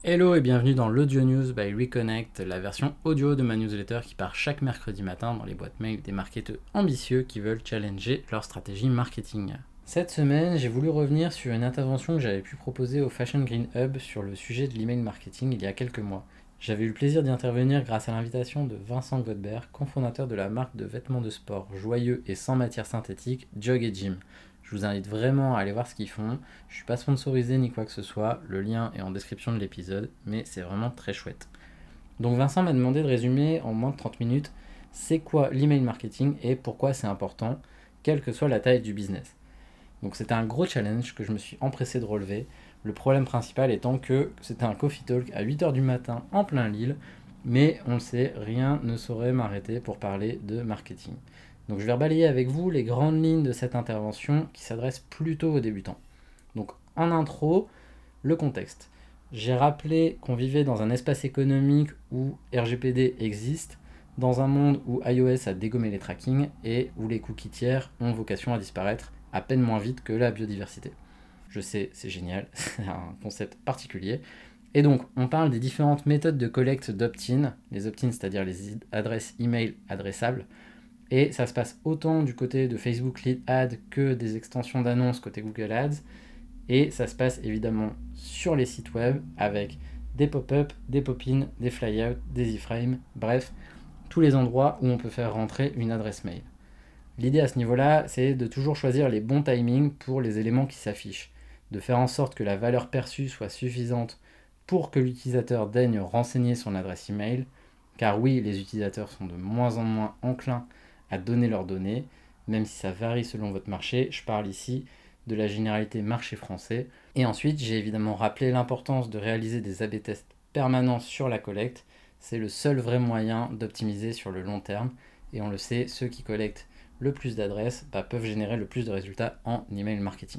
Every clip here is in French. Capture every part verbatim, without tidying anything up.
Hello et bienvenue dans l'Audio News by Reconnect, la version audio de ma newsletter qui part chaque mercredi matin dans les boîtes mail des marketeurs ambitieux qui veulent challenger leur stratégie marketing. Cette semaine, j'ai voulu revenir sur une intervention que j'avais pu proposer au Fashion Green Hub sur le sujet de l'email marketing il y a quelques mois. J'avais eu le plaisir d'y intervenir grâce à l'invitation de Vincent Godbert, cofondateur de la marque de vêtements de sport joyeux et sans matière synthétique Jog et Gym. Je vous invite vraiment à aller voir ce qu'ils font. Je ne suis pas sponsorisé ni quoi que ce soit, le lien est en description de l'épisode, mais c'est vraiment très chouette. Donc Vincent m'a demandé de résumer en moins de trente minutes c'est quoi l'email marketing et pourquoi c'est important, quelle que soit la taille du business. Donc c'était un gros challenge que je me suis empressé de relever, le problème principal étant que c'était un coffee talk à huit heures du matin en plein Lille, mais on le sait, rien ne saurait m'arrêter pour parler de marketing. Donc je vais rebalayer avec vous les grandes lignes de cette intervention qui s'adresse plutôt aux débutants. Donc en intro, le contexte. J'ai rappelé qu'on vivait dans un espace économique où R G P D existe, dans un monde où iOS a dégommé les trackings et où les cookies tiers ont vocation à disparaître à peine moins vite que la biodiversité. Je sais, c'est génial, c'est un concept particulier. Et donc, on parle des différentes méthodes de collecte d'opt-in, les opt-in, c'est-à-dire les adresses email adressables, et ça se passe autant du côté de Facebook Lead Ad que des extensions d'annonces côté Google Ads. Et ça se passe évidemment sur les sites web avec des pop-up, des pop-in, des fly-out, des iframes, bref, tous les endroits où on peut faire rentrer une adresse mail. L'idée à ce niveau-là, c'est de toujours choisir les bons timings pour les éléments qui s'affichent, de faire en sorte que la valeur perçue soit suffisante pour que l'utilisateur daigne renseigner son adresse email, car oui, les utilisateurs sont de moins en moins enclins à donner leurs données, même si ça varie selon votre marché. Je parle ici de la généralité marché français. Et ensuite, j'ai évidemment rappelé l'importance de réaliser des A B tests permanents sur la collecte. C'est le seul vrai moyen d'optimiser sur le long terme. Et on le sait, ceux qui collectent le plus d'adresses bah, peuvent générer le plus de résultats en email marketing.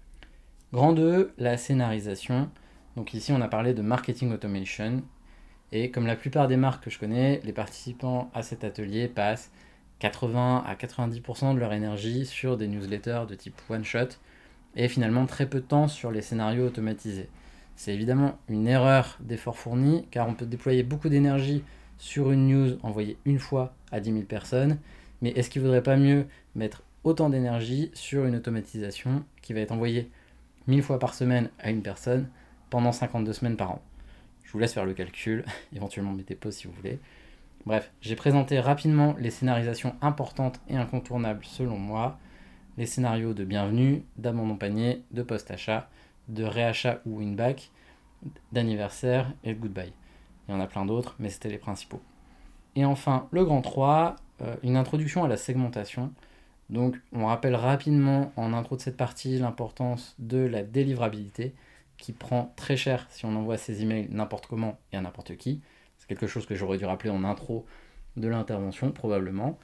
Grand deux, la scénarisation. Donc ici, on a parlé de marketing automation. Et comme la plupart des marques que je connais, les participants à cet atelier passent quatre-vingts à quatre-vingt-dix pour cent de leur énergie sur des newsletters de type one-shot et finalement très peu de temps sur les scénarios automatisés. C'est évidemment une erreur d'effort fourni car on peut déployer beaucoup d'énergie sur une news envoyée une fois à dix mille personnes, mais est-ce qu'il ne vaudrait pas mieux mettre autant d'énergie sur une automatisation qui va être envoyée mille fois par semaine à une personne pendant cinquante-deux semaines par an? Je vous laisse faire le calcul, éventuellement mettez pause si vous voulez. Bref, j'ai présenté rapidement les scénarisations importantes et incontournables selon moi, les scénarios de bienvenue, d'abandon panier, de post-achat, de réachat ou win-back, d'anniversaire et de goodbye. Il y en a plein d'autres, mais c'était les principaux. Et enfin, le grand trois, euh, une introduction à la segmentation. Donc, on rappelle rapidement en intro de cette partie l'importance de la délivrabilité, qui prend très cher si on envoie ses emails n'importe comment et à n'importe qui. C'est quelque chose que j'aurais dû rappeler en intro de l'intervention, probablement.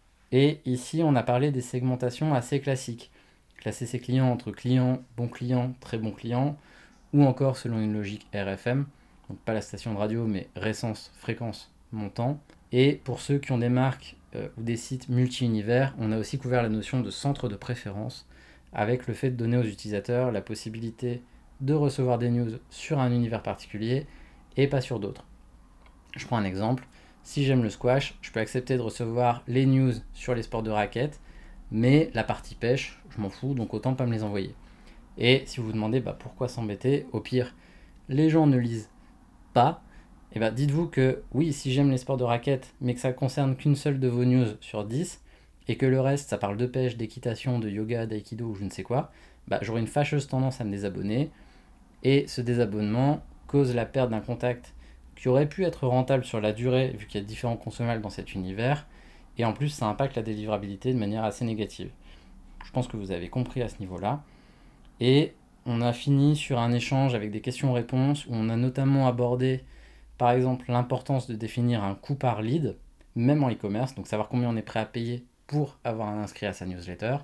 Et ici, on a parlé des segmentations assez classiques. Classer ses clients entre clients, bons clients, très bons clients, ou encore selon une logique R F M, donc pas la station de radio, mais récence, fréquence, montant. Et pour ceux qui ont des marques euh, ou des sites multi-univers, on a aussi couvert la notion de centre de préférence, avec le fait de donner aux utilisateurs la possibilité de recevoir des news sur un univers particulier et pas sur d'autres. Je prends un exemple. Si j'aime le squash, je peux accepter de recevoir les news sur les sports de raquettes, mais la partie pêche, je m'en fous, donc autant pas me les envoyer. Et si vous vous demandez bah, pourquoi s'embêter, au pire, les gens ne lisent pas, et bah dites-vous que oui, si j'aime les sports de raquettes, mais que ça concerne qu'une seule de vos news sur dix, et que le reste, ça parle de pêche, d'équitation, de yoga, d'aïkido ou je ne sais quoi, bah, j'aurai une fâcheuse tendance à me désabonner, et ce désabonnement cause la perte d'un contact qui aurait pu être rentable sur la durée, vu qu'il y a différents consommables dans cet univers, et en plus ça impacte la délivrabilité de manière assez négative. Je pense que vous avez compris à ce niveau-là. Et on a fini sur un échange avec des questions-réponses, où on a notamment abordé, par exemple, l'importance de définir un coût par lead, même en e-commerce, donc savoir combien on est prêt à payer pour avoir un inscrit à sa newsletter,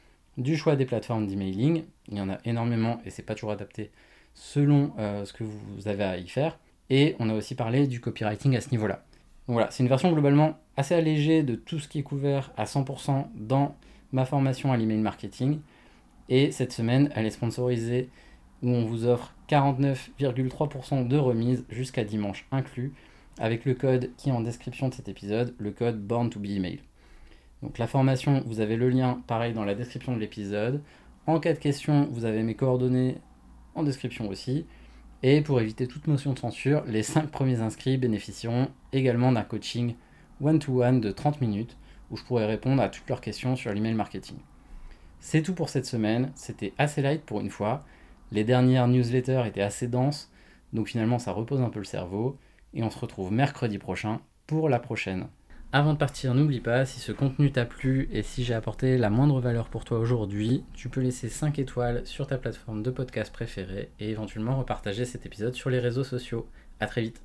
du choix des plateformes d'emailing, il y en a énormément et c'est pas toujours adapté selon euh, ce que vous avez à y faire. Et on a aussi parlé du copywriting à ce niveau-là. Donc voilà, c'est une version globalement assez allégée de tout ce qui est couvert à cent pour cent dans ma formation à l'email marketing. Et cette semaine, elle est sponsorisée où on vous offre quarante-neuf virgule trois pour cent de remise jusqu'à dimanche inclus, avec le code qui est en description de cet épisode, le code Born to be Email. Donc la formation, vous avez le lien pareil dans la description de l'épisode. En cas de question, vous avez mes coordonnées en description aussi. Et pour éviter toute notion de censure, les cinq premiers inscrits bénéficieront également d'un coaching one-to-one de trente minutes où je pourrai répondre à toutes leurs questions sur l'email marketing. C'est tout pour cette semaine, c'était assez light pour une fois. Les dernières newsletters étaient assez denses, donc finalement ça repose un peu le cerveau. Et on se retrouve mercredi prochain pour la prochaine. Avant de partir, n'oublie pas, si ce contenu t'a plu et si j'ai apporté la moindre valeur pour toi aujourd'hui, tu peux laisser cinq étoiles sur ta plateforme de podcast préférée et éventuellement repartager cet épisode sur les réseaux sociaux. À très vite.